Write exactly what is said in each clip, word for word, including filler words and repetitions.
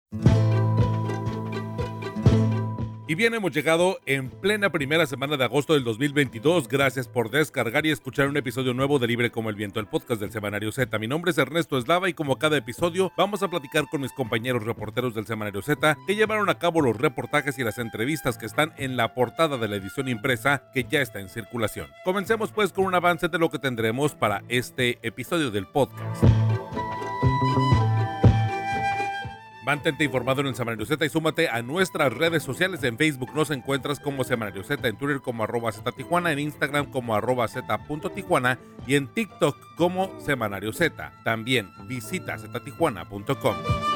Y bien, hemos llegado en plena primera semana de agosto del dos mil veintidós. Gracias por descargar y escuchar un episodio nuevo de Libre como el Viento, el podcast del Semanario Z. Mi nombre es Ernesto Eslava y como cada episodio vamos a platicar con mis compañeros reporteros del Semanario Z que llevaron a cabo los reportajes y las entrevistas que están en la portada de la edición impresa que ya está en circulación. Comencemos pues con un avance de lo que tendremos para este episodio del podcast. Mantente informado en el Semanario Z y súmate a nuestras redes sociales. En Facebook nos encuentras como Semanario Z, en Twitter como arroba Z Tijuana, en Instagram como arroba Z.Tijuana y en TikTok como Semanario Z. También visita zeta tijuana punto com.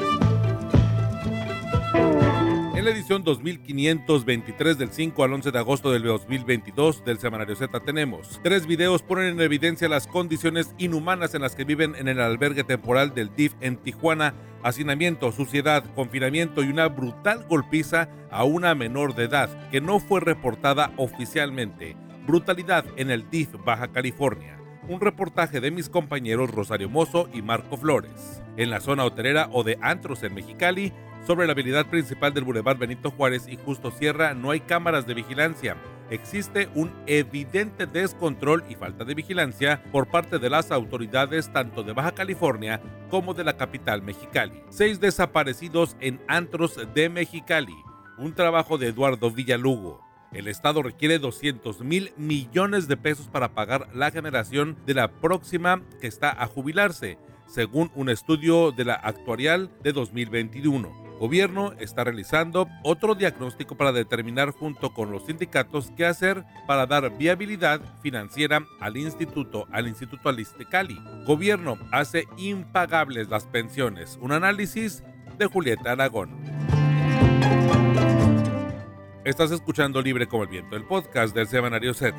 En la edición dos mil quinientos veintitrés del cinco al once de agosto del dos mil veintidós del Semanario Z tenemos tres videos ponen en evidencia las condiciones inhumanas en las que viven en el albergue temporal del D I F en Tijuana, hacinamiento, suciedad, confinamiento y una brutal golpiza a una menor de edad que no fue reportada oficialmente. Brutalidad en el D I F Baja California. Un reportaje de mis compañeros Rosario Mozo y Marco Flores. En la zona hotelera o de antros en Mexicali, sobre la vialidad principal del Boulevard Benito Juárez y Justo Sierra, no hay cámaras de vigilancia. Existe un evidente descontrol y falta de vigilancia por parte de las autoridades tanto de Baja California como de la capital Mexicali. Seis desaparecidos en antros de Mexicali. Un trabajo de Eduardo Villalugo. El Estado requiere doscientos mil millones de pesos para pagar la generación de la próxima que está a jubilarse, según un estudio de la actuarial de dos mil veintiuno. Gobierno está realizando otro diagnóstico para determinar junto con los sindicatos qué hacer para dar viabilidad financiera al instituto, al Instituto Aliste Cali. Gobierno hace impagables las pensiones. Un análisis de Julieta Aragón. Estás escuchando Libre como el Viento, el podcast del Semanario Z.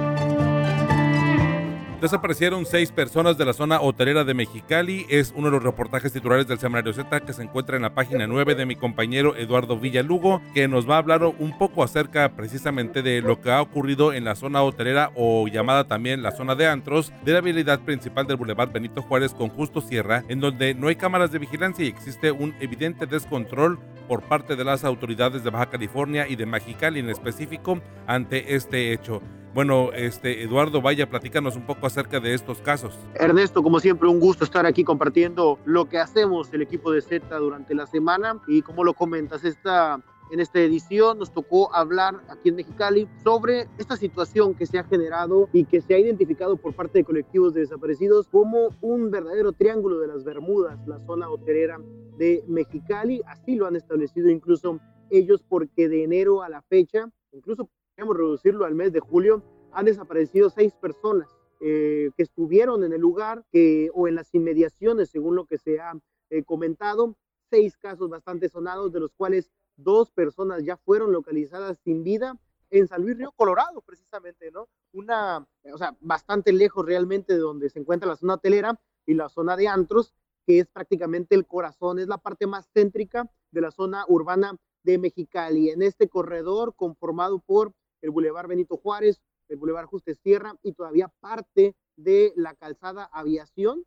Desaparecieron seis personas de la zona hotelera de Mexicali. Es uno de los reportajes titulares del Semanario Z que se encuentra en la página nueve de mi compañero Eduardo Villalugo, que nos va a hablar un poco acerca precisamente de lo que ha ocurrido en la zona hotelera o llamada también la zona de antros de la vialidad principal del Boulevard Benito Juárez con Justo Sierra, en donde no hay cámaras de vigilancia y existe un evidente descontrol por parte de las autoridades de Baja California y de Mexicali en específico ante este hecho. Bueno, este Eduardo, vaya, platícanos un poco acerca de estos casos. Ernesto, como siempre, un gusto estar aquí compartiendo lo que hacemos el equipo de Z durante la semana y como lo comentas, esta, en esta edición nos tocó hablar aquí en Mexicali sobre esta situación que se ha generado y que se ha identificado por parte de colectivos de desaparecidos como un verdadero triángulo de las Bermudas, la zona hotelera de Mexicali. Así lo han establecido incluso ellos porque de enero a la fecha, incluso podemos reducirlo al mes de julio, han desaparecido seis personas eh, que estuvieron en el lugar que, o en las inmediaciones, según lo que se ha eh, comentado. Seis casos bastante sonados, de los cuales dos personas ya fueron localizadas sin vida en San Luis Río Colorado, precisamente, ¿no? Una, o sea, bastante lejos realmente de donde se encuentra la zona hotelera y la zona de antros, que es prácticamente el corazón, es la parte más céntrica de la zona urbana de Mexicali. En este corredor conformado por el Boulevard Benito Juárez, el Boulevard Justo Sierra y todavía parte de la calzada Aviación,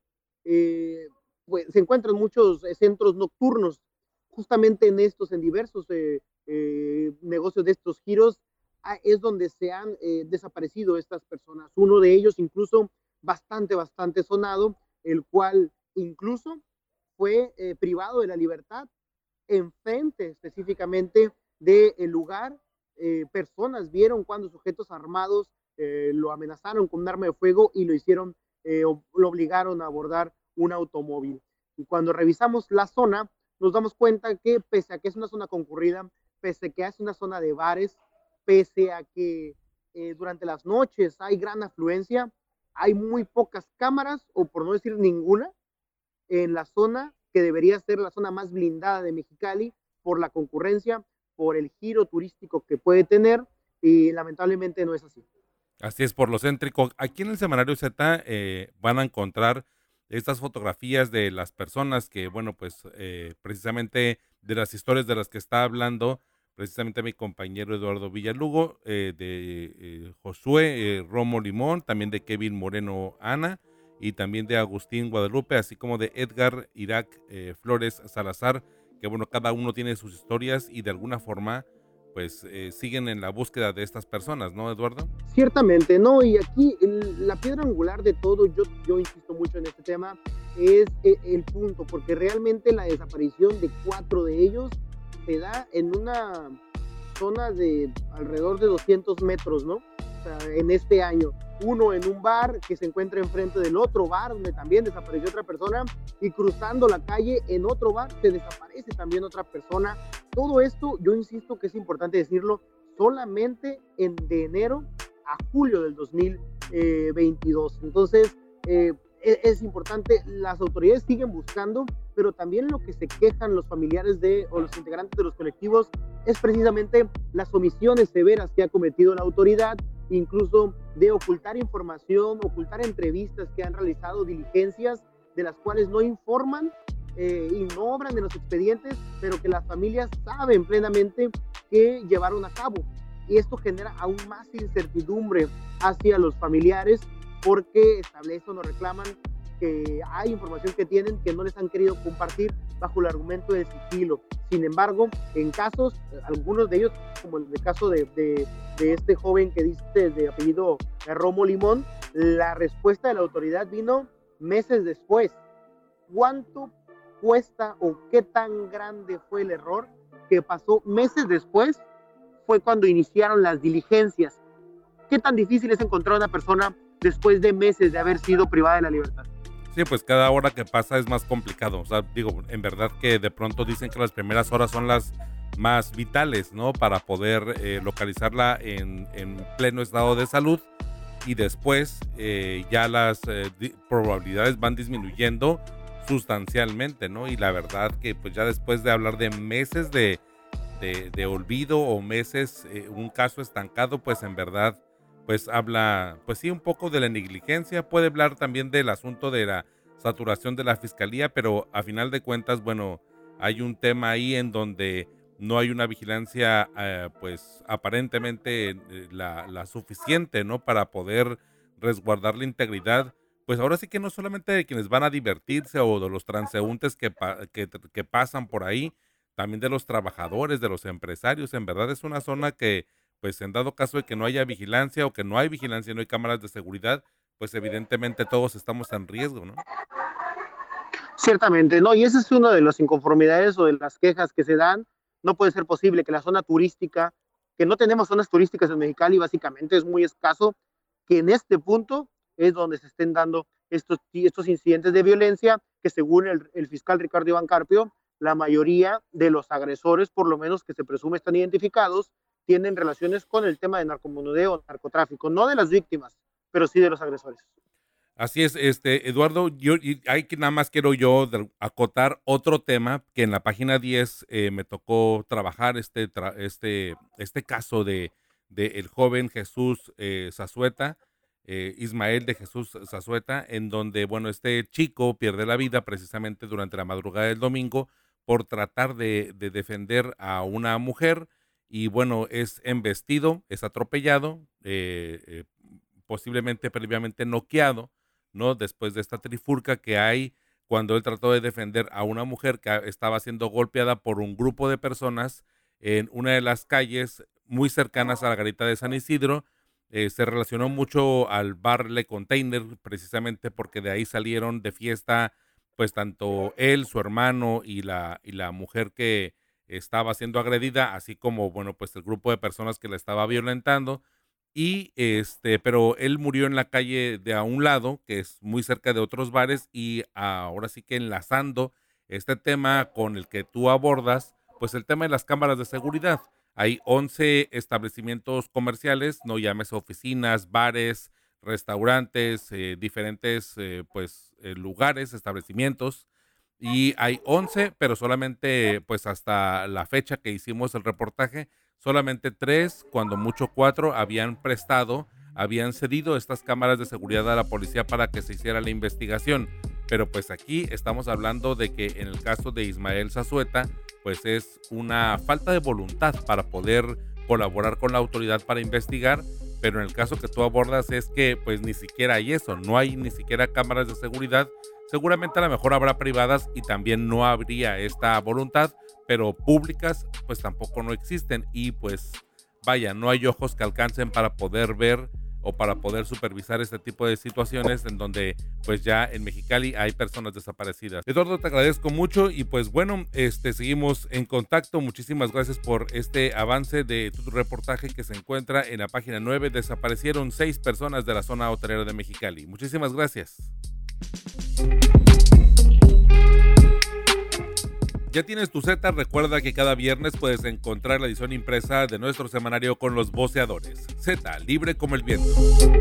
eh, pues, se encuentran muchos eh, centros nocturnos. Justamente en estos, en diversos eh, eh, negocios de estos giros, ah, es donde se han eh, desaparecido estas personas. Uno de ellos incluso bastante, bastante sonado, el cual incluso fue eh, privado de la libertad enfrente específicamente del lugar. Eh, personas vieron cuando sujetos armados eh, lo amenazaron con un arma de fuego y lo hicieron, eh, lo obligaron a abordar un automóvil. Y cuando revisamos la zona, nos damos cuenta que pese a que es una zona concurrida, pese a que es una zona de bares, pese a que eh, durante las noches hay gran afluencia, hay muy pocas cámaras, o por no decir ninguna, en la zona que debería ser la zona más blindada de Mexicali por la concurrencia, por el giro turístico que puede tener, y lamentablemente no es así. Así es, por lo céntrico. Aquí en el Semanario Z eh, van a encontrar estas fotografías de las personas que, bueno, pues eh, precisamente de las historias de las que está hablando precisamente mi compañero Eduardo Villalugo, eh, de eh, Josué eh, Romo Limón, también de Kevin Moreno Ana y también de Agustín Guadalupe, así como de Edgar Irak eh, Flores Salazar, que bueno, cada uno tiene sus historias y de alguna forma pues eh, siguen en la búsqueda de estas personas, ¿no, Eduardo? Ciertamente, no, y aquí el, la piedra angular de todo, yo, yo insisto mucho en este tema, es el, el punto, porque realmente la desaparición de cuatro de ellos se da en una zona de alrededor de doscientos metros, ¿no? O sea, en este año. Uno en un bar que se encuentra enfrente del otro bar donde también desapareció otra persona, y cruzando la calle en otro bar se desaparece también otra persona. Todo esto, yo insisto que es importante decirlo, solamente en, de enero a julio del dos mil veintidós. Entonces, eh, es, es importante, las autoridades siguen buscando, pero también lo que se quejan los familiares de, o los integrantes de los colectivos, es precisamente las omisiones severas que ha cometido la autoridad, incluso de ocultar información, ocultar entrevistas que han realizado, diligencias de las cuales no informan eh, y no obran en los expedientes, pero que las familias saben plenamente que llevaron a cabo. Y esto genera aún más incertidumbre hacia los familiares, porque establecen o reclaman que hay información que tienen que no les han querido compartir bajo el argumento del sigilo. Sin embargo, en casos, algunos de ellos, como en el caso de, de, de este joven que dice de apellido Romo Limón, la respuesta de la autoridad vino meses después. ¿Cuánto cuesta o qué tan grande fue el error que pasó meses después? Fue cuando iniciaron las diligencias. ¿Qué tan difícil es encontrar a una persona después de meses de haber sido privada de la libertad? Sí, pues cada hora que pasa es más complicado. O sea, digo, en verdad que de pronto dicen que las primeras horas son las más vitales, ¿no? Para poder eh, localizarla en, en pleno estado de salud, y después eh, ya las eh, di- probabilidades van disminuyendo sustancialmente, ¿no? Y la verdad que pues ya después de hablar de meses de, de, de olvido o meses, eh, un caso estancado, pues en verdad pues habla, pues sí, un poco de la negligencia, puede hablar también del asunto de la saturación de la fiscalía, pero a final de cuentas, bueno, hay un tema ahí en donde no hay una vigilancia, eh, pues aparentemente eh, la, la suficiente, ¿no? Para poder resguardar la integridad, pues ahora sí que no solamente de quienes van a divertirse o de los transeúntes que, pa- que, que pasan por ahí, también de los trabajadores, de los empresarios. En verdad es una zona que pues en dado caso de que no haya vigilancia o que no hay vigilancia y no hay cámaras de seguridad, pues evidentemente todos estamos en riesgo, ¿no? Ciertamente, no, y esa es una de las inconformidades o de las quejas que se dan. No puede ser posible que la zona turística, que no tenemos zonas turísticas en Mexicali, básicamente es muy escaso, que en este punto es donde se estén dando estos, estos incidentes de violencia, que según el, el fiscal Ricardo Iván Carpio, la mayoría de los agresores, por lo menos que se presume están identificados, tienen relaciones con el tema de narcomenudeo, narcotráfico, no de las víctimas, pero sí de los agresores. Así es, este, Eduardo, yo y hay que nada más quiero yo de- acotar otro tema que en la página diez eh, me tocó trabajar este, tra- este, este caso de, de el joven Jesús eh, Zazueta, eh, Ismael de Jesús Zazueta, en donde, bueno, este chico pierde la vida precisamente durante la madrugada del domingo por tratar de, de defender a una mujer, y bueno, es embestido, es atropellado, eh, eh, posiblemente previamente noqueado, ¿no? Después de esta trifulca que hay cuando él trató de defender a una mujer que estaba siendo golpeada por un grupo de personas en una de las calles muy cercanas a la garita de San Isidro. Eh, se relacionó mucho al bar Le Container, precisamente porque de ahí salieron de fiesta, pues tanto él, su hermano y la, y la mujer que estaba siendo agredida, así como, bueno, pues el grupo de personas que la estaba violentando. Y este, pero él murió en la calle de a un lado, que es muy cerca de otros bares, y ahora sí que enlazando este tema con el que tú abordas, pues el tema de las cámaras de seguridad. Hay once establecimientos comerciales, no llámese oficinas, bares, restaurantes, eh, diferentes eh, pues eh, lugares, establecimientos, y hay once, pero solamente pues hasta la fecha que hicimos el reportaje, solamente tres, cuando mucho cuatro, habían prestado, habían cedido estas cámaras de seguridad a la policía para que se hiciera la investigación. Pero pues aquí estamos hablando de que en el caso de Ismael Zazueta, pues es una falta de voluntad para poder colaborar con la autoridad para investigar, pero en el caso que tú abordas es que pues ni siquiera hay eso, no hay ni siquiera cámaras de seguridad. Seguramente a lo mejor habrá privadas y también no habría esta voluntad, pero públicas pues tampoco no existen y pues vaya, no hay ojos que alcancen para poder ver o para poder supervisar este tipo de situaciones en donde pues ya en Mexicali hay personas desaparecidas. Eduardo, te agradezco mucho y pues bueno, este seguimos en contacto. Muchísimas gracias por este avance de tu reportaje que se encuentra en la página nueve. Desaparecieron seis personas de la zona hotelera de Mexicali. Muchísimas gracias. ¿Ya tienes tu Z? Recuerda que cada viernes puedes encontrar la edición impresa de nuestro semanario con los voceadores. Z, libre como el viento.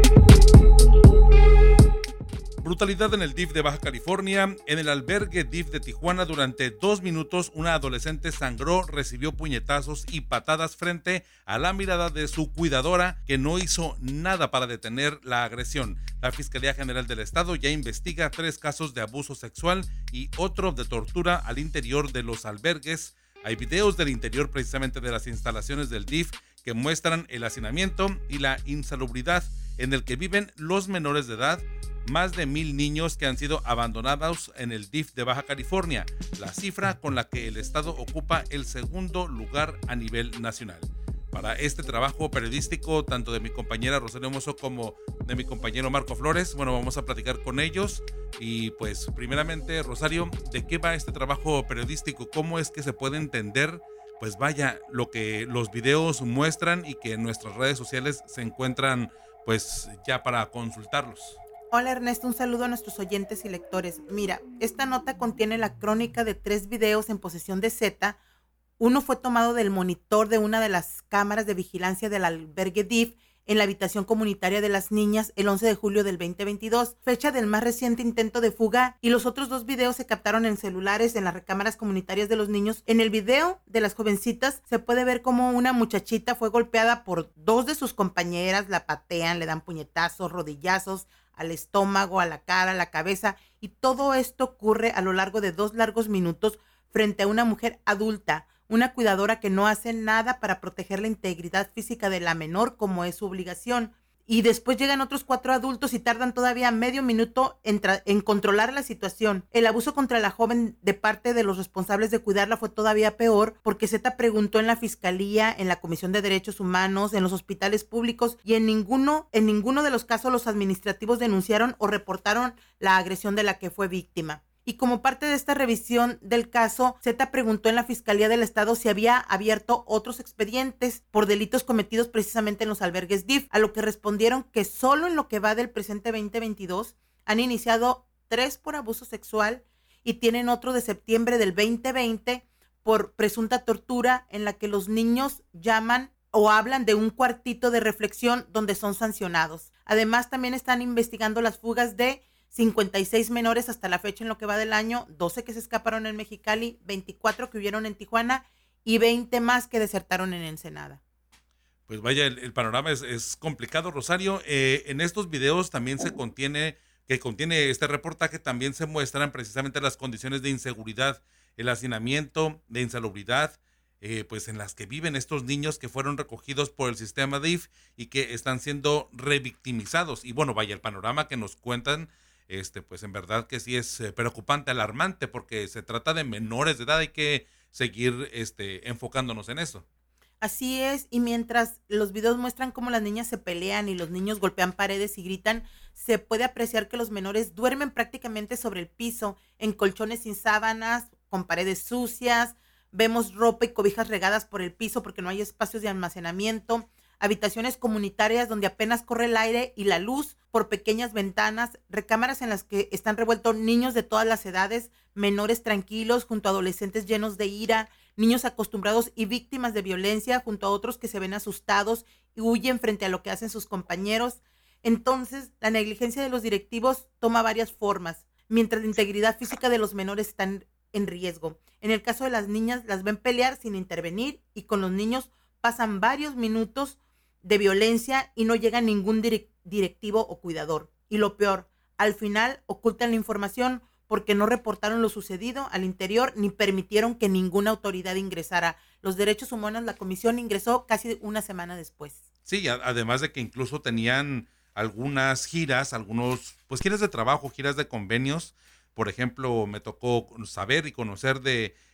Brutalidad en el D I F de Baja California. En el albergue D I F de Tijuana, durante dos minutos, una adolescente sangró, recibió puñetazos y patadas frente a la mirada de su cuidadora, que no hizo nada para detener la agresión. La Fiscalía General del Estado ya investiga tres casos de abuso sexual y otro de tortura al interior de los albergues. Hay videos del interior precisamente de las instalaciones del D I F que muestran el hacinamiento y la insalubridad en el que viven los menores de edad. Más de mil niños que han sido abandonados en el D I F de Baja California, la cifra con la que el estado ocupa el segundo lugar a nivel nacional. Para este trabajo periodístico, tanto de mi compañera Rosario Mozo como de mi compañero Marco Flores, bueno, vamos a platicar con ellos. Y pues primeramente, Rosario, ¿de qué va este trabajo periodístico? ¿Cómo es que se puede entender, pues vaya, lo que los videos muestran y que en nuestras redes sociales se encuentran pues ya para consultarlos? Hola Ernesto, un saludo a nuestros oyentes y lectores. Mira, esta nota contiene la crónica de tres videos en posesión de Z. Uno fue tomado del monitor de una de las cámaras de vigilancia del albergue D I F en la habitación comunitaria de las niñas el once de julio del veinte veintidós, fecha del más reciente intento de fuga, y los otros dos videos se captaron en celulares en las recámaras comunitarias de los niños. En el video de las jovencitas se puede ver cómo una muchachita fue golpeada por dos de sus compañeras, la patean, le dan puñetazos, rodillazos al estómago, a la cara, a la cabeza, y todo esto ocurre a lo largo de dos largos minutos frente a una mujer adulta, una cuidadora que no hace nada para proteger la integridad física de la menor como es su obligación. Y después llegan otros cuatro adultos y tardan todavía medio minuto en, en controlar la situación. El abuso contra la joven de parte de los responsables de cuidarla fue todavía peor, porque Z preguntó en la Fiscalía, en la Comisión de Derechos Humanos, en los hospitales públicos, y en ninguno, en ninguno de los casos los administrativos denunciaron o reportaron la agresión de la que fue víctima. Y como parte de esta revisión del caso, Z preguntó en la Fiscalía del Estado si había abierto otros expedientes por delitos cometidos precisamente en los albergues D I F, a lo que respondieron que solo en lo que va del presente veinte veintidós han iniciado tres por abuso sexual y tienen otro de septiembre del veinte veinte por presunta tortura, en la que los niños llaman o hablan de un cuartito de reflexión donde son sancionados. Además, también están investigando las fugas de cincuenta y seis menores hasta la fecha en lo que va del año, doce que se escaparon en Mexicali, veinticuatro que huyeron en Tijuana y veinte más que desertaron en Ensenada. Pues vaya, el, el panorama es, es complicado, Rosario. Eh, en estos videos también se contiene, que contiene este reportaje, también se muestran precisamente las condiciones de inseguridad, el hacinamiento, de insalubridad, eh, pues en las que viven estos niños que fueron recogidos por el sistema D I F y que están siendo revictimizados. Y bueno, vaya, el panorama que nos cuentan, Este, pues en verdad que sí es eh, preocupante, alarmante, porque se trata de menores de edad. Hay que seguir este, enfocándonos en eso. Así es, y mientras los videos muestran cómo las niñas se pelean y los niños golpean paredes y gritan, se puede apreciar que los menores duermen prácticamente sobre el piso, en colchones sin sábanas, con paredes sucias. Vemos ropa y cobijas regadas por el piso porque no hay espacios de almacenamiento. Habitaciones comunitarias donde apenas corre el aire y la luz por pequeñas ventanas, recámaras en las que están revueltos niños de todas las edades, menores tranquilos junto a adolescentes llenos de ira, niños acostumbrados y víctimas de violencia junto a otros que se ven asustados y huyen frente a lo que hacen sus compañeros. Entonces, la negligencia de los directivos toma varias formas, mientras la integridad física de los menores está en riesgo. En el caso de las niñas, las ven pelear sin intervenir, y con los niños pasan varios minutos de violencia y no llega ningún direct- directivo o cuidador. Y lo peor, al final ocultan la información porque no reportaron lo sucedido al interior ni permitieron que ninguna autoridad ingresara. Los derechos humanos, la comisión ingresó casi una semana después. Sí, a- además de que incluso tenían algunas giras, algunos, pues giras de trabajo, giras de convenios. Por ejemplo, me tocó saber y conocer de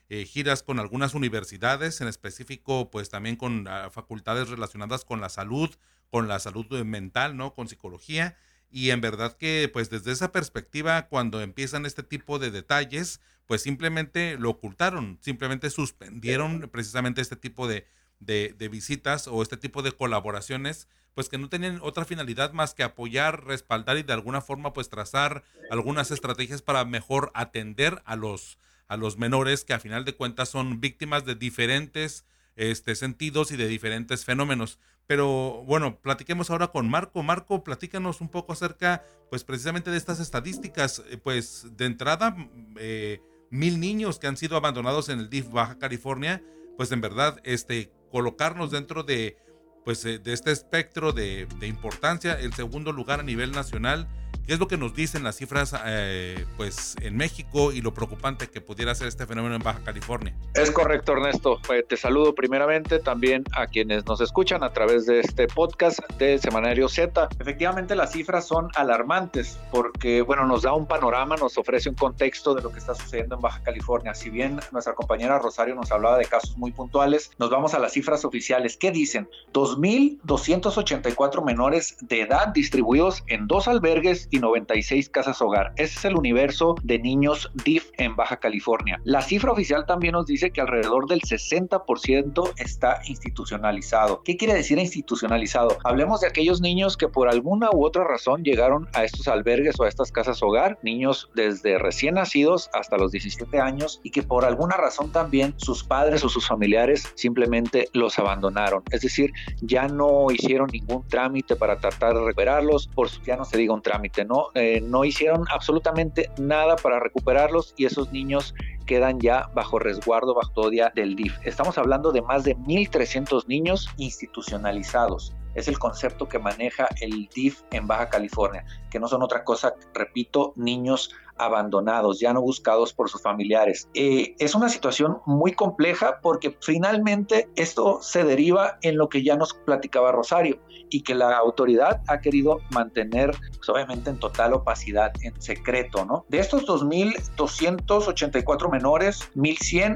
eh, giras con algunas universidades, en específico pues también con uh, facultades relacionadas con la salud, con la salud mental, ¿no? Con psicología. Y en verdad que pues desde esa perspectiva, cuando empiezan este tipo de detalles, pues simplemente lo ocultaron, simplemente suspendieron precisamente este tipo de, de, de visitas o este tipo de colaboraciones, pues que no tenían otra finalidad más que apoyar, respaldar y de alguna forma pues trazar algunas estrategias para mejor atender a los, a los menores que a final de cuentas son víctimas de diferentes este, sentidos y de diferentes fenómenos. Pero bueno, platiquemos ahora con Marco. Marco, platícanos un poco acerca, pues precisamente de estas estadísticas. Eh, pues de entrada, eh, mil niños que han sido abandonados en el D I F Baja California, pues en verdad, este, colocarnos dentro de, pues, eh, de este espectro de, de importancia, el segundo lugar a nivel nacional. ¿Qué es lo que nos dicen las cifras eh, pues en México y lo preocupante que pudiera ser este fenómeno en Baja California? Es correcto, Ernesto. Eh, te saludo primeramente también a quienes nos escuchan a través de este podcast de Semanario Z. Efectivamente, las cifras son alarmantes porque, bueno, nos da un panorama, nos ofrece un contexto de lo que está sucediendo en Baja California. Si bien nuestra compañera Rosario nos hablaba de casos muy puntuales, nos vamos a las cifras oficiales. ¿Qué dicen? dos mil doscientos ochenta y cuatro menores de edad distribuidos en dos albergues y noventa y seis casas hogar. Ese es el universo de niños D I F en Baja California. La cifra oficial también nos dice que alrededor del sesenta por ciento está institucionalizado. ¿Qué quiere decir institucionalizado? Hablemos de aquellos niños que por alguna u otra razón llegaron a estos albergues o a estas casas hogar, niños desde recién nacidos hasta los diecisiete años y que por alguna razón también sus padres o sus familiares simplemente los abandonaron. Es decir, ya no hicieron ningún trámite para tratar de recuperarlos, por ya no se diga un trámite, ¿no? Eh, no hicieron absolutamente nada para recuperarlos y esos niños quedan ya bajo resguardo, bajo custodia del D I F. Estamos hablando de más de mil trescientos niños institucionalizados. Es el concepto que maneja el D I F en Baja California, que no son otra cosa, repito, niños abandonados, ya no buscados por sus familiares. Eh, es una situación muy compleja porque finalmente esto se deriva en lo que ya nos platicaba Rosario y que la autoridad ha querido mantener, pues, obviamente en total opacidad, en secreto, ¿no? De estos dos mil doscientos ochenta y cuatro menores, mil cien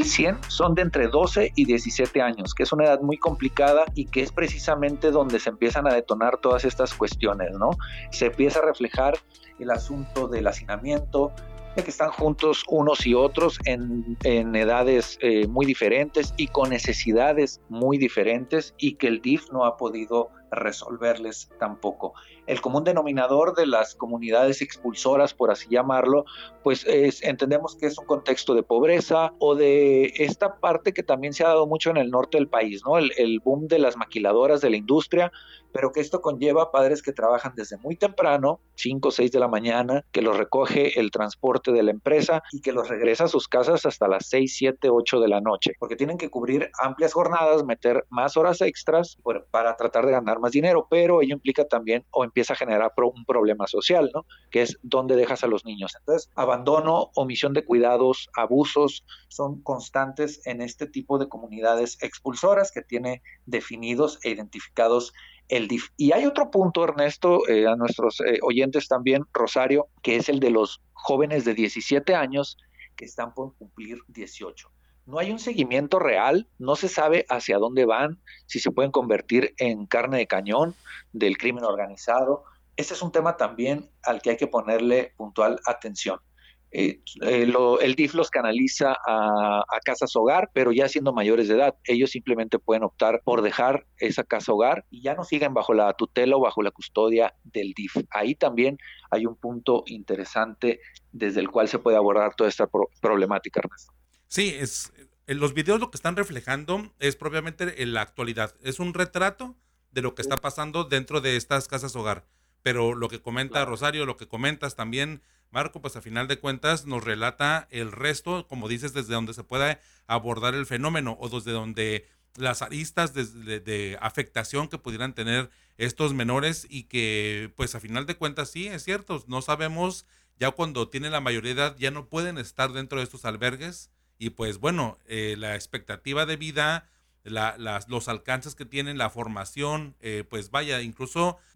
son de entre doce y diecisiete años, que es una edad muy complicada y que es precisamente donde se empiezan a detonar todas estas cuestiones, ¿no? Se empieza a reflejar el asunto del hacinamiento, de que están juntos unos y otros en, en edades eh, muy diferentes y con necesidades muy diferentes y que el D I F no ha podido resolverles tampoco. El común denominador de las comunidades expulsoras, por así llamarlo, pues es, entendemos que es un contexto de pobreza o de esta parte que también se ha dado mucho en el norte del país, ¿no? El, el boom de las maquiladoras de la industria, pero que esto conlleva padres que trabajan desde muy temprano, cinco o seis de la mañana, que los recoge el transporte de la empresa y que los regresa a sus casas hasta las seis, siete, ocho de la noche, porque tienen que cubrir amplias jornadas, meter más horas extras por, para tratar de ganar más dinero, pero ello implica también o empieza a generar pro, un problema social, ¿no? Que es dónde dejas a los niños. Entonces, abandono, omisión de cuidados, abusos son constantes en este tipo de comunidades expulsoras que tiene definidos e identificados el D I F. Y hay otro punto, Ernesto, eh, a nuestros eh, oyentes también, Rosario, que es el de los jóvenes de diecisiete años que están por cumplir dieciocho. No hay un seguimiento real, no se sabe hacia dónde van, si se pueden convertir en carne de cañón del crimen organizado. Ese es un tema también al que hay que ponerle puntual atención. Eh, eh, lo, el D I F los canaliza a, a casas hogar, pero ya siendo mayores de edad, ellos simplemente pueden optar por dejar esa casa hogar y ya no siguen bajo la tutela o bajo la custodia del D I F. Ahí también hay un punto interesante desde el cual se puede abordar toda esta pro- problemática, Ernesto. Sí, es, en los videos lo que están reflejando es propiamente en la actualidad. Es un retrato de lo que está pasando dentro de estas casas hogar. Pero lo que comenta claro. Rosario, lo que comentas también, Marco, pues a final de cuentas nos relata el resto, como dices, desde donde se pueda abordar el fenómeno o desde donde las aristas de, de, de afectación que pudieran tener estos menores y que pues a final de cuentas sí, es cierto, no sabemos, ya cuando tienen la mayoría de edad ya no pueden estar dentro de estos albergues y pues bueno, eh, la expectativa de vida, la, las, los alcances que tienen, la formación, eh, pues vaya, incluso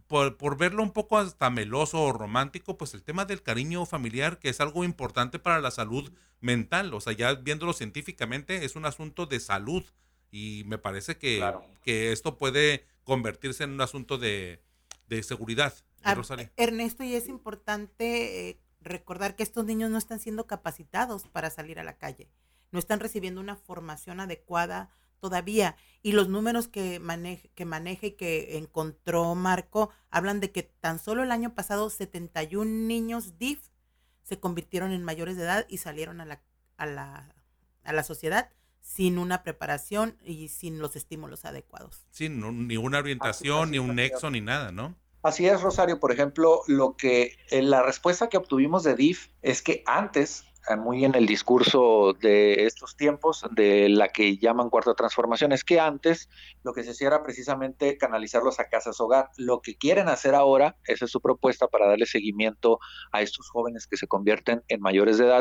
por, por verlo un poco hasta meloso o romántico, pues el tema del cariño familiar, que es algo importante para la salud mental. O sea, ya viéndolo científicamente, es un asunto de salud. Y me parece que, claro. que esto puede convertirse en un asunto de, de seguridad. Ah, Ernesto, y es importante eh, recordar que estos niños no están siendo capacitados para salir a la calle. No están recibiendo una formación adecuada todavía. Y los números que maneja, que maneja y que encontró Marco hablan de que tan solo el año pasado setenta y un niños D I F se convirtieron en mayores de edad y salieron a la, a la, a la sociedad sin una preparación y sin los estímulos adecuados. Sin no, ni una orientación, así, ni un nexo, ni nada, ¿no? Así es, Rosario. Por ejemplo, lo que eh, la respuesta que obtuvimos de D I F es que antes, muy en el discurso de estos tiempos, de la que llaman cuarta transformación, es que antes lo que se hacía era precisamente canalizarlos a casas hogar. Lo que quieren hacer ahora, esa es su propuesta para darle seguimiento a estos jóvenes que se convierten en mayores de edad,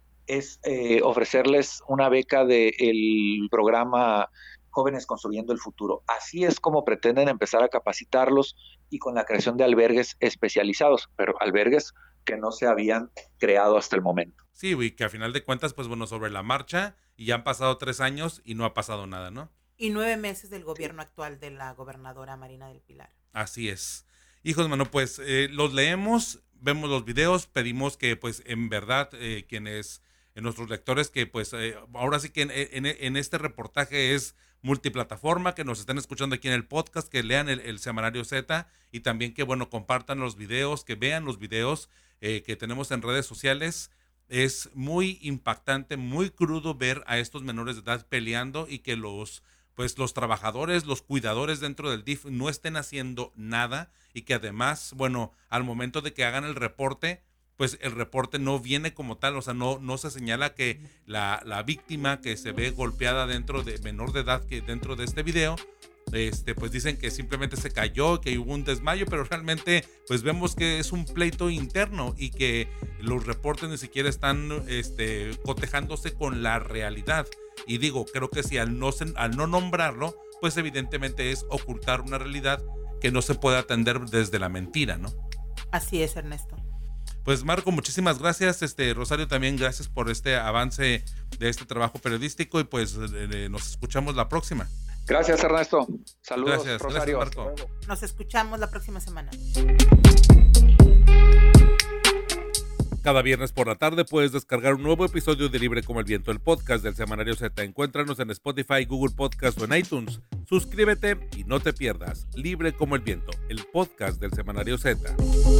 es eh, ofrecerles una beca del programa Jóvenes Construyendo el Futuro. Así es como pretenden empezar a capacitarlos y con la creación de albergues especializados, pero albergues que no se habían creado hasta el momento. Sí, y que a final de cuentas, pues bueno, sobre la marcha, y ya han pasado tres años y no ha pasado nada, ¿no? Y nueve meses del gobierno actual de la gobernadora Marina del Pilar. Así es. Hijos, bueno, pues eh, los leemos, vemos los videos, pedimos que pues en verdad eh, quienes, eh, nuestros lectores, que pues eh, ahora sí que en, en, en este reportaje es multiplataforma, que nos estén escuchando aquí en el podcast, que lean el, el Semanario Z y también que, bueno, compartan los videos, que vean los videos eh, que tenemos en redes sociales. Es muy impactante, muy crudo ver a estos menores de edad peleando y que los, pues, los trabajadores, los cuidadores dentro del D I F no estén haciendo nada y que además, bueno, al momento de que hagan el reporte, pues el reporte no viene como tal, o sea, no, no se señala que la, la víctima que se ve golpeada dentro de menor de edad que dentro de este video, este, pues dicen que simplemente se cayó, que hubo un desmayo, pero realmente pues vemos que es un pleito interno y que los reportes ni siquiera están este, cotejándose con la realidad. Y digo, creo que si al no, al no nombrarlo, pues evidentemente es ocultar una realidad que no se puede atender desde la mentira, ¿no? Así es, Ernesto. Pues Marco, muchísimas gracias, este Rosario también gracias por este avance de este trabajo periodístico y pues eh, nos escuchamos la próxima. Gracias, Ernesto. Saludos, gracias, Rosario. Gracias, Marco. Nos escuchamos la próxima semana. Cada viernes por la tarde puedes descargar un nuevo episodio de Libre como el Viento, el podcast del Semanario Z. Encuéntranos en Spotify, Google Podcast o en iTunes. Suscríbete y no te pierdas Libre como el Viento, el podcast del Semanario Z.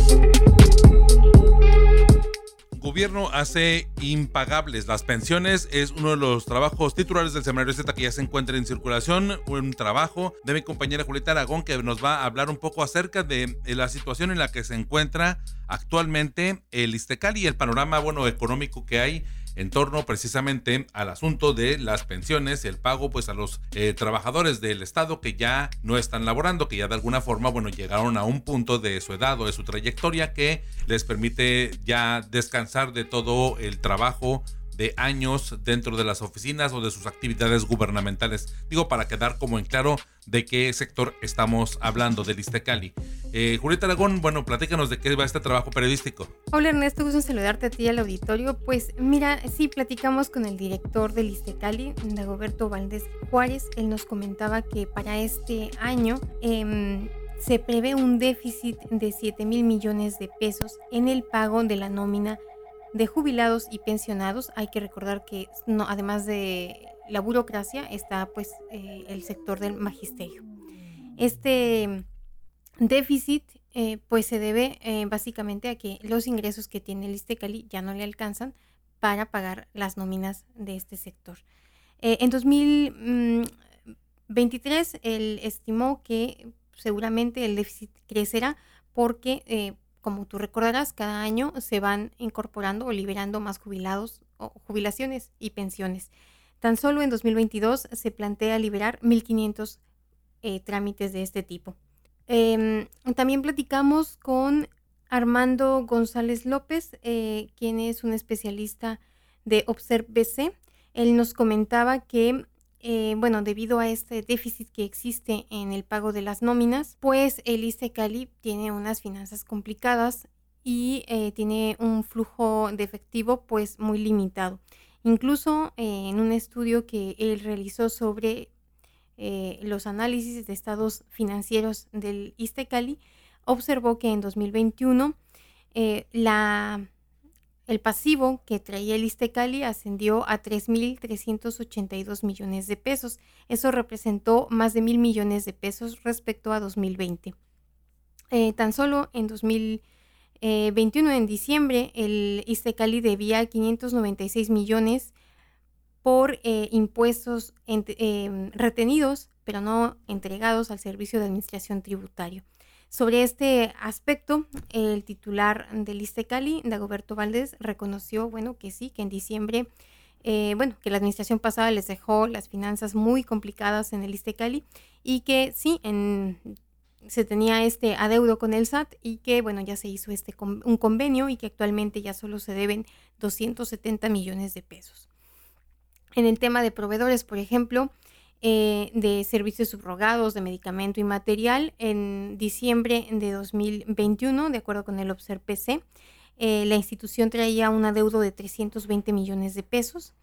Gobierno hace impagables las pensiones. Es uno de los trabajos titulares del Semanario Z que ya se encuentra en circulación. Un trabajo de mi compañera Julieta Aragón, que nos va a hablar un poco acerca de la situación en la que se encuentra actualmente el Iztecali y el panorama, bueno, económico que hay en torno precisamente al asunto de las pensiones y el pago pues a los eh, trabajadores del Estado que ya no están laborando, que ya de alguna forma, bueno, llegaron a un punto de su edad o de su trayectoria que les permite ya descansar de todo el trabajo de años dentro de las oficinas o de sus actividades gubernamentales. Digo, para quedar como en claro de qué sector estamos hablando, del Iztecali. Eh, Julieta Aragón, bueno, platícanos de qué va este trabajo periodístico. Hola Ernesto, gusto en saludarte a ti y al auditorio. Pues mira, sí, platicamos con el director del Iztecali, Dagoberto Valdés Juárez. Él nos comentaba que para este año eh, se prevé un déficit de siete mil millones de pesos en el pago de la nómina de jubilados y pensionados. Hay que recordar que no, además de la burocracia está pues eh, el sector del magisterio. Este déficit eh, pues se debe eh, básicamente a que los ingresos que tiene el Iztecali ya no le alcanzan para pagar las nóminas de este sector. Eh, en dos mil veintitrés él estimó que seguramente el déficit crecerá porque eh, como tú recordarás, cada año se van incorporando o liberando más jubilados o jubilaciones y pensiones. Tan solo en dos mil veintidós se plantea liberar mil quinientos eh, trámites de este tipo. Eh, también platicamos con Armando González López, eh, quien es un especialista de Observe B C. Él nos comentaba que eh, bueno, debido a este déficit que existe en el pago de las nóminas, pues el ISSSTECALI tiene unas finanzas complicadas y eh, tiene un flujo de efectivo pues muy limitado. Incluso eh, en un estudio que él realizó sobre eh, los análisis de estados financieros del ISSSTECALI, observó que en dos mil veintiuno eh, la, el pasivo que traía el ISSSTECALI ascendió a tres mil trescientos ochenta y dos millones de pesos. Eso representó más de mil millones de pesos respecto a dos mil veinte. Eh, tan solo en dos mil veintiuno, en diciembre, el ISSSTECALI debía quinientos noventa y seis millones por eh, impuestos ent- eh, retenidos, pero no entregados al Servicio de Administración Tributario. Sobre este aspecto, el titular del ISSSTECALI, Dagoberto Valdés, reconoció, bueno, que sí, que en diciembre, eh, bueno, que la administración pasada les dejó las finanzas muy complicadas en el ISSSTECALI y que sí, en se tenía este adeudo con el S A T y que, bueno, ya se hizo este con, un convenio y que actualmente ya solo se deben doscientos setenta millones de pesos. En el tema de proveedores, por ejemplo, eh, de servicios subrogados, de medicamento y material, en diciembre de dos mil veintiuno, de acuerdo con el OBSERVE-P C, eh, la institución traía un adeudo de trescientos veinte millones de pesos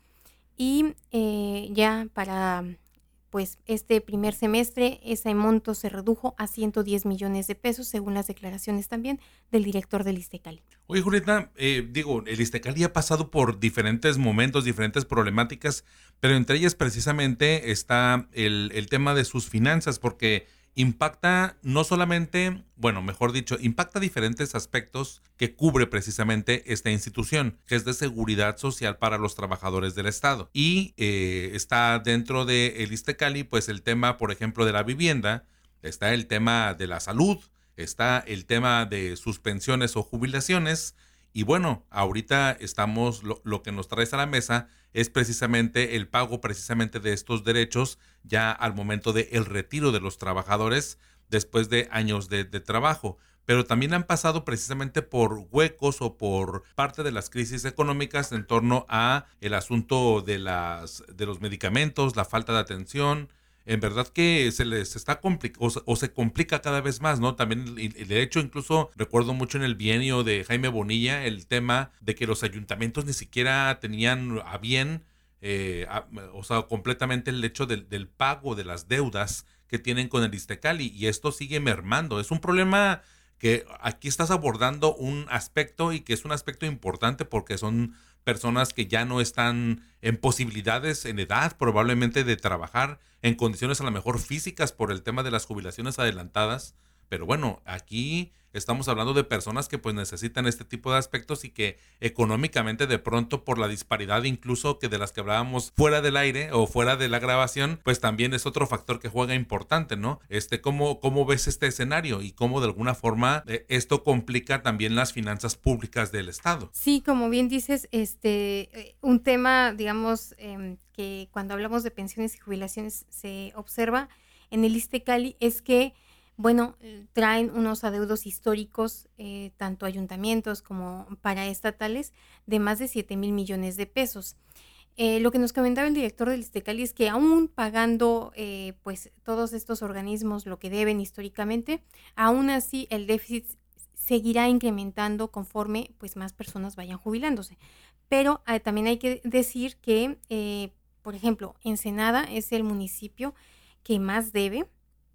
y eh, ya para pues este primer semestre ese monto se redujo a ciento diez millones de pesos, según las declaraciones también del director del ISSSTECALI. Oye, Julieta, eh, digo, el ISSSTECALI ha pasado por diferentes momentos, diferentes problemáticas, pero entre ellas precisamente está el, el tema de sus finanzas, porque impacta no solamente, bueno, mejor dicho, impacta diferentes aspectos que cubre precisamente esta institución, que es de seguridad social para los trabajadores del Estado. Y eh, está dentro del ISSSTECALI, pues el tema, por ejemplo, de la vivienda, está el tema de la salud, está el tema de suspensiones o jubilaciones. Y bueno, ahorita estamos, lo, lo que nos traes a la mesa es precisamente el pago precisamente de estos derechos ya al momento del retiro de los trabajadores después de años de, de trabajo. Pero también han pasado precisamente por huecos o por parte de las crisis económicas en torno a el asunto de, las, de los medicamentos, la falta de atención. En verdad que se les está complicando o, o se complica cada vez más, ¿no? También, de hecho, incluso recuerdo mucho en el bienio de Jaime Bonilla el tema de que los ayuntamientos ni siquiera tenían a bien, eh, a, o sea, completamente el hecho del, del pago de las deudas que tienen con el ISSSTECALI, y esto sigue mermando. Es un problema que aquí estás abordando un aspecto y que es un aspecto importante porque son personas que ya no están en posibilidades, en edad probablemente de trabajar en condiciones a lo mejor físicas por el tema de las jubilaciones adelantadas. Pero bueno, aquí estamos hablando de personas que pues necesitan este tipo de aspectos y que económicamente de pronto por la disparidad incluso que de las que hablábamos fuera del aire o fuera de la grabación, pues también es otro factor que juega importante, ¿no? Este, ¿cómo, cómo ves este escenario y cómo de alguna forma eh, esto complica también las finanzas públicas del Estado? Sí, como bien dices, este, un tema, digamos, eh, que cuando hablamos de pensiones y jubilaciones se observa en el ISSSTECALI es que bueno, traen unos adeudos históricos, eh, tanto ayuntamientos como paraestatales, de más de siete mil millones de pesos. Eh, lo que nos comentaba el director del ISSSTECALI es que aún pagando eh, pues todos estos organismos lo que deben históricamente, aún así el déficit seguirá incrementando conforme pues más personas vayan jubilándose. Pero eh, también hay que decir que, eh, por ejemplo, Ensenada es el municipio que más debe,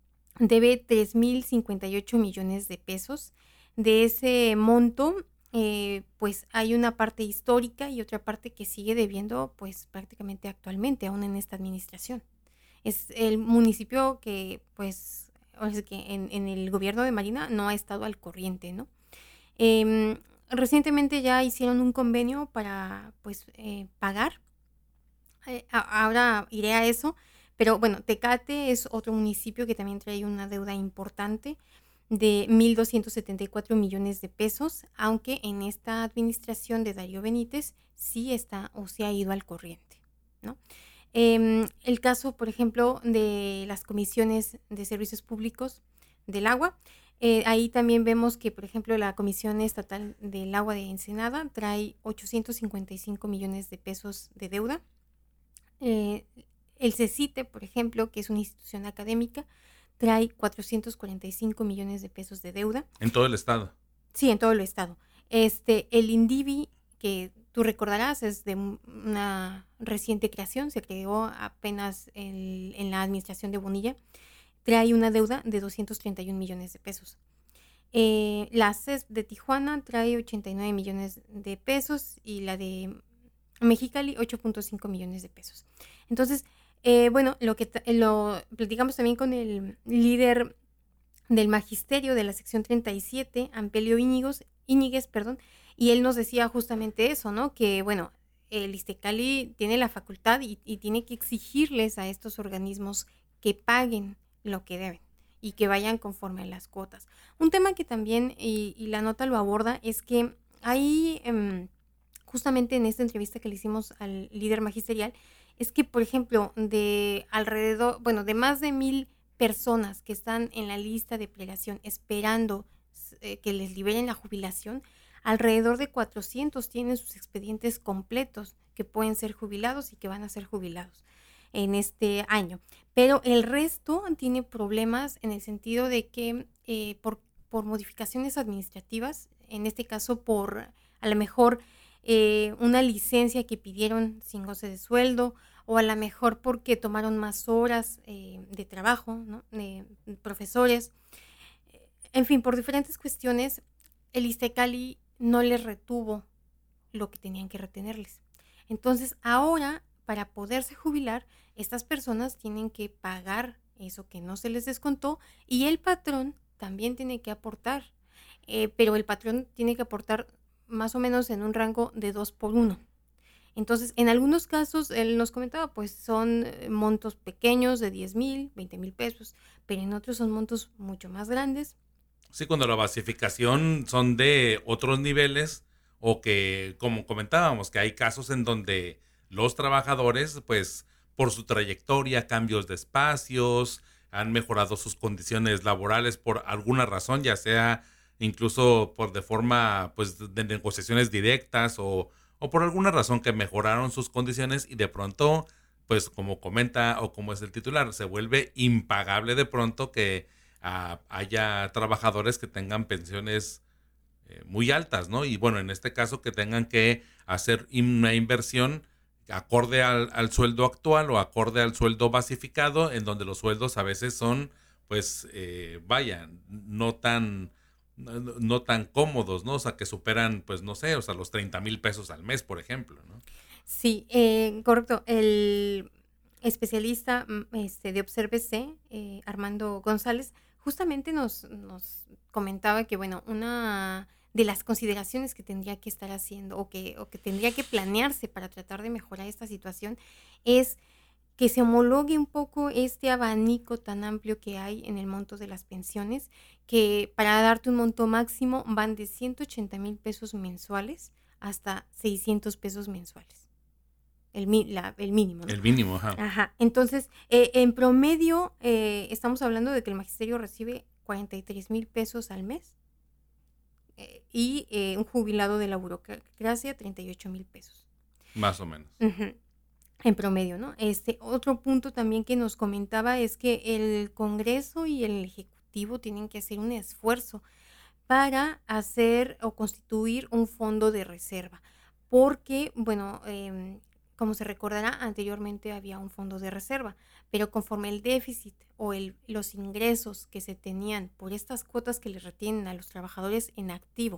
debe tres mil cincuenta y ocho millones de pesos. De ese monto, eh, pues hay una parte histórica y otra parte que sigue debiendo pues prácticamente actualmente, aún en esta administración. Es el municipio que pues es que en, en el gobierno de Marina no ha estado al corriente, ¿no? Eh, recientemente ya hicieron un convenio para pues eh, pagar. Eh, a, ahora iré a eso. Pero bueno, Tecate es otro municipio que también trae una deuda importante de mil doscientos setenta y cuatro millones de pesos, aunque en esta administración de Darío Benítez sí está o se ha ido al corriente, ¿no? Eh, el caso, por ejemplo, de las comisiones de servicios públicos del agua, eh, ahí también vemos que, por ejemplo, la Comisión Estatal del Agua de Ensenada trae ochocientos cincuenta y cinco millones de pesos de deuda. Eh, el CECITE, por ejemplo, que es una institución académica, trae cuatrocientos cuarenta y cinco millones de pesos de deuda. En todo el estado. Sí, en todo el estado. Este, el INDIVI, que tú recordarás, es de una reciente creación, se creó apenas el, en la administración de Bonilla, trae una deuda de doscientos treinta y un millones de pesos. Eh, la C E S de Tijuana trae ochenta y nueve millones de pesos y la de Mexicali ocho punto cinco millones de pesos. Entonces, eh, bueno, lo que t- lo platicamos también con el líder del magisterio de la sección treinta y siete, Ampelio Íñiguez, Íñiguez, perdón, y él nos decía justamente eso, ¿no? Que, bueno, el ISTECALI tiene la facultad y, y tiene que exigirles a estos organismos que paguen lo que deben y que vayan conforme a las cuotas. Un tema que también, y, y la nota lo aborda, es que hay, eh, justamente en esta entrevista que le hicimos al líder magisterial, es que, por ejemplo, de alrededor, bueno, de más de mil personas que están en la lista de plegación esperando eh, que les liberen la jubilación, alrededor de cuatrocientos tienen sus expedientes completos que pueden ser jubilados y que van a ser jubilados en este año. Pero el resto tiene problemas en el sentido de que eh, por, por modificaciones administrativas, en este caso por a lo mejor eh, una licencia que pidieron sin goce de sueldo, o a lo mejor porque tomaron más horas eh, de trabajo, ¿no? De profesores. En fin, por diferentes cuestiones, el ISTECALI no les retuvo lo que tenían que retenerles. Entonces, ahora, para poderse jubilar, estas personas tienen que pagar eso que no se les descontó y el patrón también tiene que aportar, eh, pero el patrón tiene que aportar más o menos en un rango de dos por uno. Entonces, en algunos casos, él nos comentaba, pues son montos pequeños de diez mil, veinte mil pesos, pero en otros son montos mucho más grandes. Sí, cuando la basificación son de otros niveles o que, como comentábamos, que hay casos en donde los trabajadores, pues, por su trayectoria, cambios de espacios, han mejorado sus condiciones laborales por alguna razón, ya sea incluso por de forma, pues, de negociaciones directas o o por alguna razón que mejoraron sus condiciones y de pronto, pues como comenta o como es el titular, se vuelve impagable de pronto que uh, haya trabajadores que tengan pensiones eh, muy altas, ¿no? Y bueno, en este caso que tengan que hacer una inversión acorde al, al sueldo actual o acorde al sueldo basificado, en donde los sueldos a veces son, pues, eh, vaya, no tan... No, no tan cómodos, ¿no? O sea, que superan, pues, no sé, o sea, los treinta mil pesos al mes, por ejemplo, ¿no? Sí, eh, correcto. El especialista este, de Obsérvese, eh, Armando González, justamente nos, nos comentaba que, bueno, una de las consideraciones que tendría que estar haciendo o que, o que tendría que planearse para tratar de mejorar esta situación es que se homologue un poco este abanico tan amplio que hay en el monto de las pensiones, que para darte un monto máximo van de ciento ochenta mil pesos mensuales hasta seiscientos pesos mensuales. El, la, el mínimo, ¿no? El mínimo, ajá. Ajá. Entonces, eh, en promedio, eh, estamos hablando de que el magisterio recibe cuarenta y tres mil pesos al mes eh, y eh, un jubilado de la burocracia treinta y ocho mil pesos. Más o menos. Uh-huh. En promedio, ¿no? Este otro punto también que nos comentaba es que el Congreso y el Ejecutivo tienen que hacer un esfuerzo para hacer o constituir un fondo de reserva, porque, bueno, eh, como se recordará, anteriormente había un fondo de reserva, pero conforme el déficit o el, los ingresos que se tenían por estas cuotas que les retienen a los trabajadores en activo,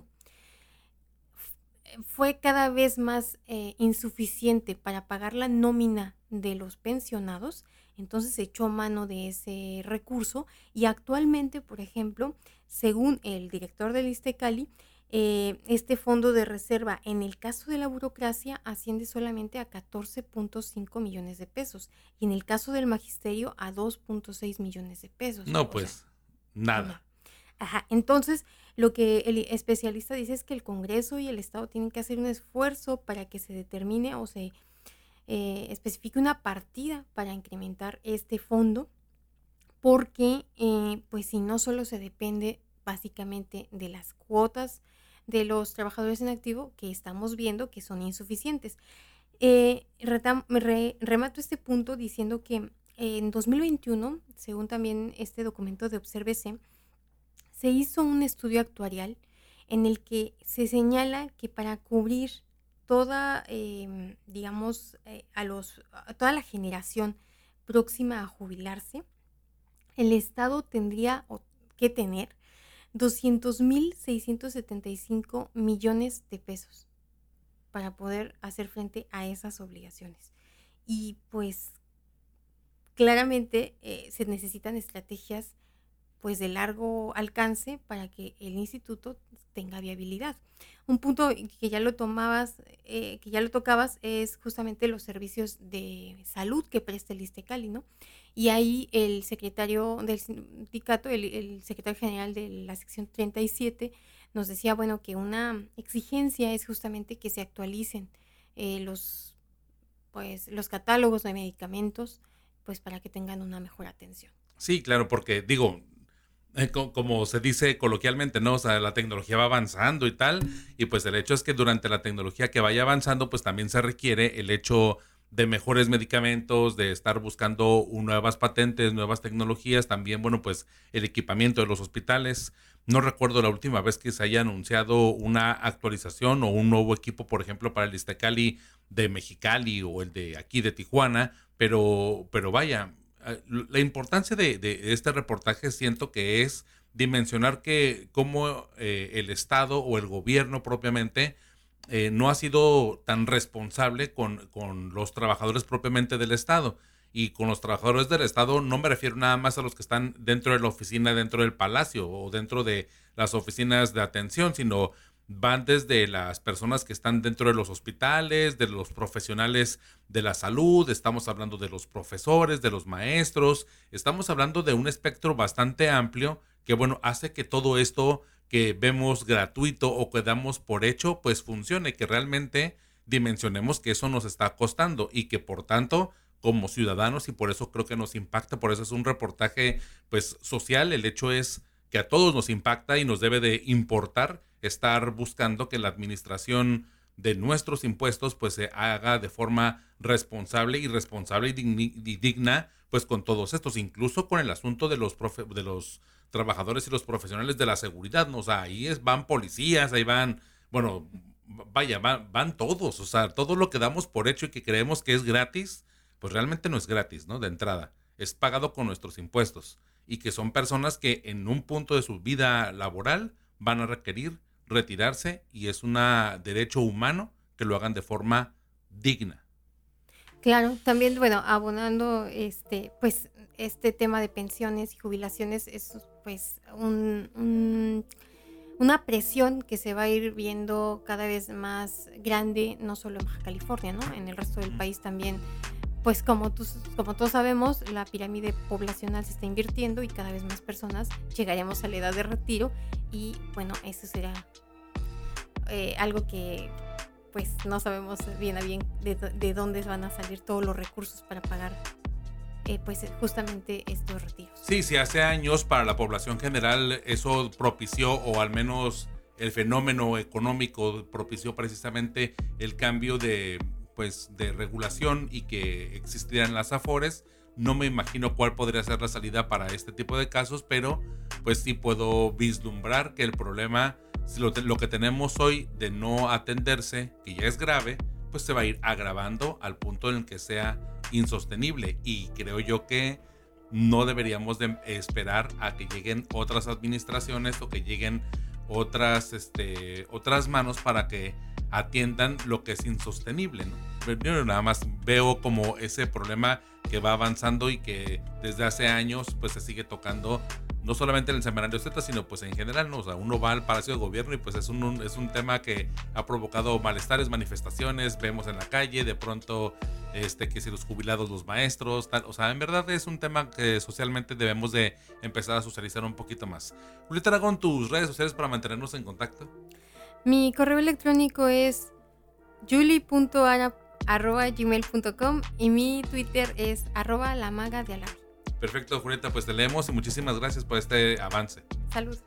fue cada vez más eh, insuficiente para pagar la nómina de los pensionados, entonces se echó mano de ese recurso y actualmente, por ejemplo, según el director del ISTECALI, eh, este fondo de reserva en el caso de la burocracia asciende solamente a catorce punto cinco millones de pesos y en el caso del magisterio a dos punto seis millones de pesos. No, pues sea, nada. No. Ajá, entonces lo que el especialista dice es que el Congreso y el Estado tienen que hacer un esfuerzo para que se determine o se eh, especifique una partida para incrementar este fondo, porque eh, pues si no solo se depende básicamente de las cuotas de los trabajadores en activo que estamos viendo que son insuficientes. Eh, retam- re- remato este punto diciendo que en dos mil veintiuno, según también este documento de Obsérvese, se hizo un estudio actuarial en el que se señala que para cubrir toda, eh, digamos, eh, a los, a toda la generación próxima a jubilarse, el Estado tendría que tener doscientos mil seiscientos setenta y cinco millones de pesos para poder hacer frente a esas obligaciones. Y pues claramente eh, se necesitan estrategias pues de largo alcance para que el instituto tenga viabilidad. Un punto que ya lo tomabas, eh, que ya lo tocabas, es justamente los servicios de salud que presta el ISTECALI, ¿no? Y ahí el secretario del sindicato, el, el secretario general de la sección treinta y siete, nos decía, bueno, que una exigencia es justamente que se actualicen eh, los, pues, los catálogos de medicamentos, pues para que tengan una mejor atención. Sí, claro, porque digo, eh, co- como se dice coloquialmente, ¿no? O sea, la tecnología va avanzando y tal, y pues el hecho es que durante la tecnología que vaya avanzando, pues también se requiere el hecho de mejores medicamentos, de estar buscando un- nuevas patentes, nuevas tecnologías, también, bueno, pues el equipamiento de los hospitales. No recuerdo la última vez que se haya anunciado una actualización o un nuevo equipo, por ejemplo, para el ISTECALI de Mexicali o el de aquí de Tijuana, pero, pero vaya, eh, la importancia de, de este reportaje siento que es dimensionar que cómo eh, el Estado o el gobierno propiamente eh, no ha sido tan responsable con, con los trabajadores propiamente del Estado. Y con los trabajadores del Estado no me refiero nada más a los que están dentro de la oficina, dentro del palacio o dentro de las oficinas de atención, sino van desde las personas que están dentro de los hospitales, de los profesionales de la salud, estamos hablando de los profesores, de los maestros, estamos hablando de un espectro bastante amplio que, bueno, hace que todo esto que vemos gratuito o que damos por hecho, pues funcione, que realmente dimensionemos que eso nos está costando y que por tanto como ciudadanos, y por eso creo que nos impacta, por eso es un reportaje pues social, el hecho es que a todos nos impacta y nos debe de importar estar buscando que la administración de nuestros impuestos pues se haga de forma responsable y responsable y, digni- y digna pues con todos estos, incluso con el asunto de los profe- de los trabajadores y los profesionales de la seguridad, ¿no? O sea, ahí es, van policías, ahí van, bueno, vaya, van, van todos, o sea, todo lo que damos por hecho y que creemos que es gratis, pues realmente no es gratis, ¿no? De entrada, es pagado con nuestros impuestos y que son personas que en un punto de su vida laboral van a requerir retirarse y es un derecho humano que lo hagan de forma digna. Claro, también, bueno, abonando este, pues, este tema de pensiones y jubilaciones es pues un, un, una presión que se va a ir viendo cada vez más grande, no solo en Baja California, ¿no? En el resto del país también. Pues como, tú, como todos sabemos, la pirámide poblacional se está invirtiendo y cada vez más personas llegaremos a la edad de retiro y bueno, eso será eh, algo que pues no sabemos bien a bien de, de dónde van a salir todos los recursos para pagar eh, pues justamente estos retiros. Sí, sí, hace años para la población general eso propició o al menos el fenómeno económico propició precisamente el cambio de pues de regulación y que existieran las afores. No me imagino cuál podría ser la salida para este tipo de casos, pero pues sí puedo vislumbrar que el problema, si lo, lo que tenemos hoy de no atenderse, que ya es grave, pues se va a ir agravando al punto en el que sea insostenible y creo yo que no deberíamos de esperar a que lleguen otras administraciones o que lleguen otras, este, otras manos para que atiendan lo que es insostenible, ¿no? Yo nada más veo como ese problema que va avanzando y que desde hace años pues se sigue tocando no solamente en el Semanario Z, sino pues en general, ¿no? O sea, uno va al Palacio de Gobierno y pues es un, un, es un tema que ha provocado malestares, manifestaciones, vemos en la calle, de pronto este, que si los jubilados, los maestros, tal, o sea, en verdad es un tema que socialmente debemos de empezar a socializar un poquito más. Julieta Aragón, tus redes sociales para mantenernos en contacto. Mi correo electrónico es julie punto ara arroba gmail punto com y mi Twitter es arroba la maga de Alavi. Perfecto, Julieta, pues te leemos y muchísimas gracias por este avance. Saludos.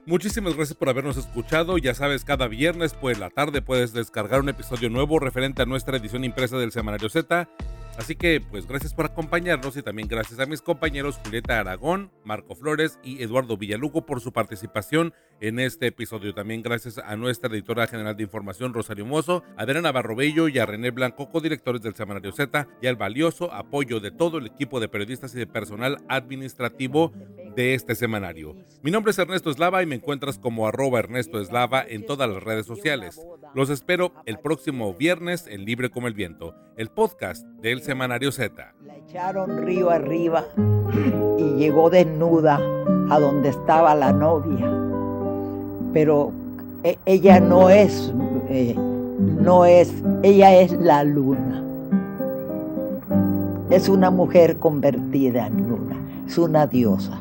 Muchísimas gracias por habernos escuchado. Ya sabes, cada viernes por la tarde puedes descargar un episodio nuevo referente a nuestra edición impresa del Semanario Z. Así que, pues, gracias por acompañarnos y también gracias a mis compañeros Julieta Aragón, Marco Flores y Eduardo Villalugo por su participación en este episodio. También gracias a nuestra editora general de información, Rosario Mozo, a Adriana Barrobello y a René Blanco, codirectores del Semanario Z, y al valioso apoyo de todo el equipo de periodistas y de personal administrativo de este semanario. Mi nombre es Ernesto Eslava y me encuentras como arroba Ernesto Eslava en todas las redes sociales. Los espero el próximo viernes en Libre como el Viento, el podcast del Semanario Z. La echaron río arriba y llegó desnuda a donde estaba la novia. Pero eh, ella no es, eh, no es, ella es la luna. Es una mujer convertida en luna, es una diosa.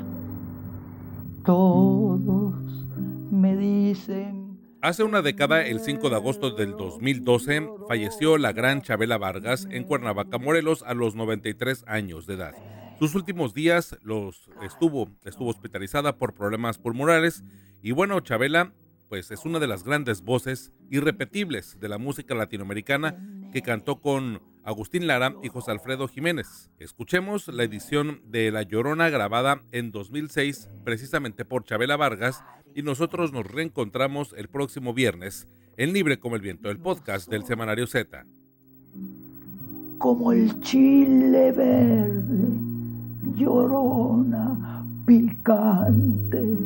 Todos me dicen... Hace una década, el cinco de agosto del dos mil doce, falleció la gran Chabela Vargas en Cuernavaca, Morelos, a los noventa y tres años de edad. Sus últimos días los estuvo, estuvo hospitalizada por problemas pulmonares y bueno, Chabela pues es una de las grandes voces irrepetibles de la música latinoamericana que cantó con Agustín Lara y José Alfredo Jiménez. Escuchemos la edición de La Llorona grabada en dos mil seis precisamente por Chabela Vargas y nosotros nos reencontramos el próximo viernes en Libre como el Viento, el podcast del Semanario Z. Como el chile verde, llorona, picante,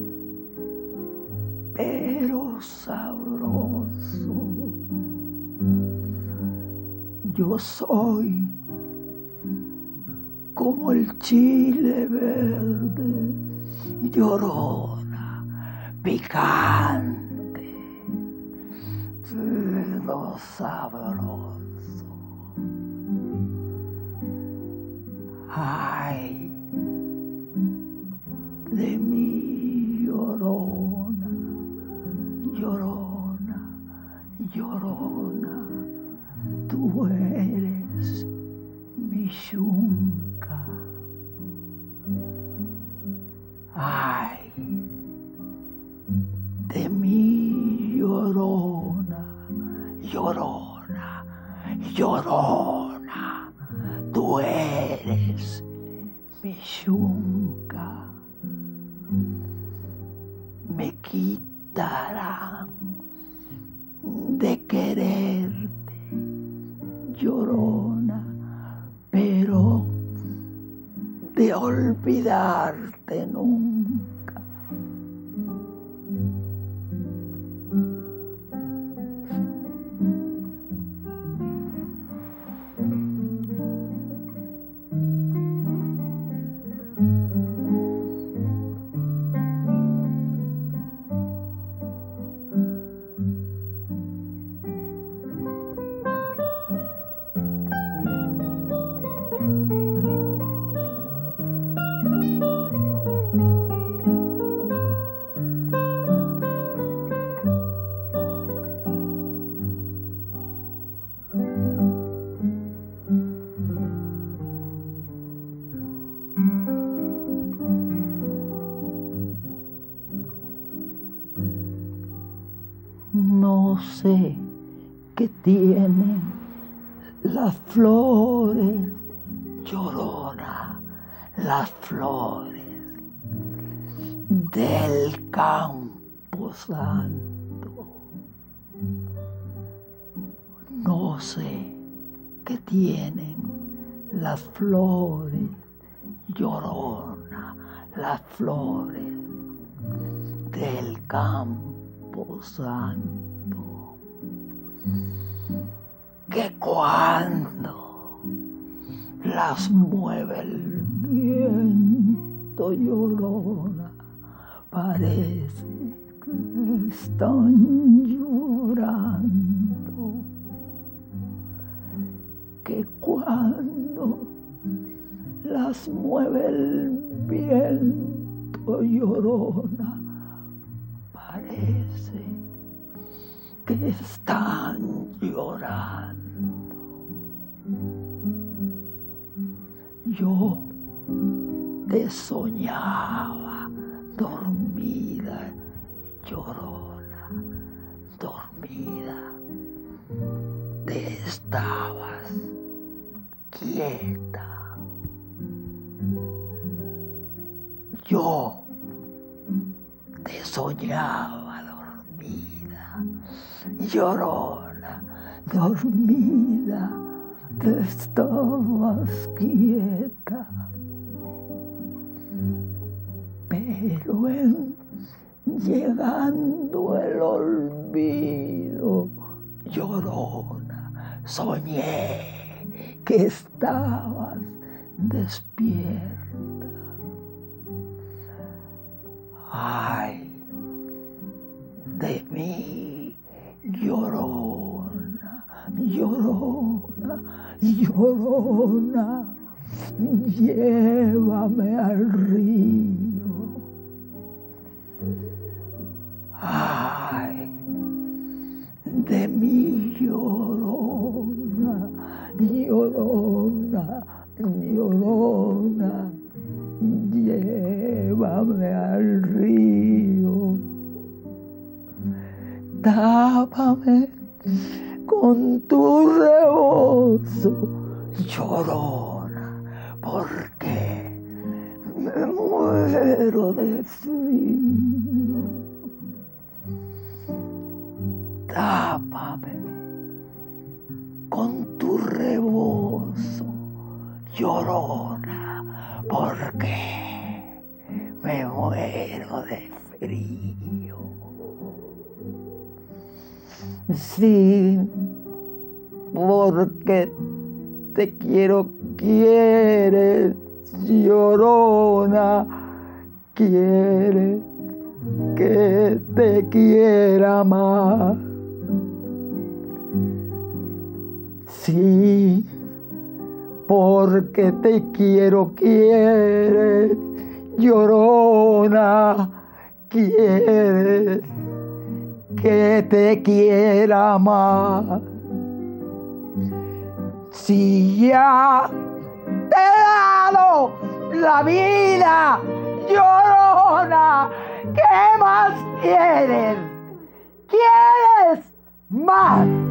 pero sabroso. Yo soy como el chile verde, llorona, picante, pero sabroso. Ay, de mi llorona, llorona, llorona, tú eres mi yunca. Ay, de mi llorona, llorona, llorona, tú eres mi yunca. Me quitarán de quererte, llorona, pero de olvidarte nunca. No sé qué tienen las flores, llorona, las flores del campo santo. No sé qué tienen las flores, llorona, las flores del campo santo, que cuando las mueve el viento, llorona, parece que están llorando, que cuando las mueve el viento, llorona, parece que están llorando. Yo te soñaba dormida, estabas quieta. Yo te soñaba dormida, llorona, dormida, te estabas quieta. Pero en llegando el olvido, llorona, soñé que estabas despierta. Ay, de mí, llorona, llorona, llorona, llévame al río. Ay, de mí, llorona, llorona, llorona, llévame al río. Tápame con tu rebozo, llorona, porque me muero de frío. Tápame con tu rebozo, llorona, porque me muero de frío. Sí, porque te quiero, quieres, llorona, quieres que te quiera más. Sí, porque te quiero, quieres, llorona, quieres que te quiera más. Si ya te he dado la vida, llorona, ¿qué más quieres? ¿Quieres más?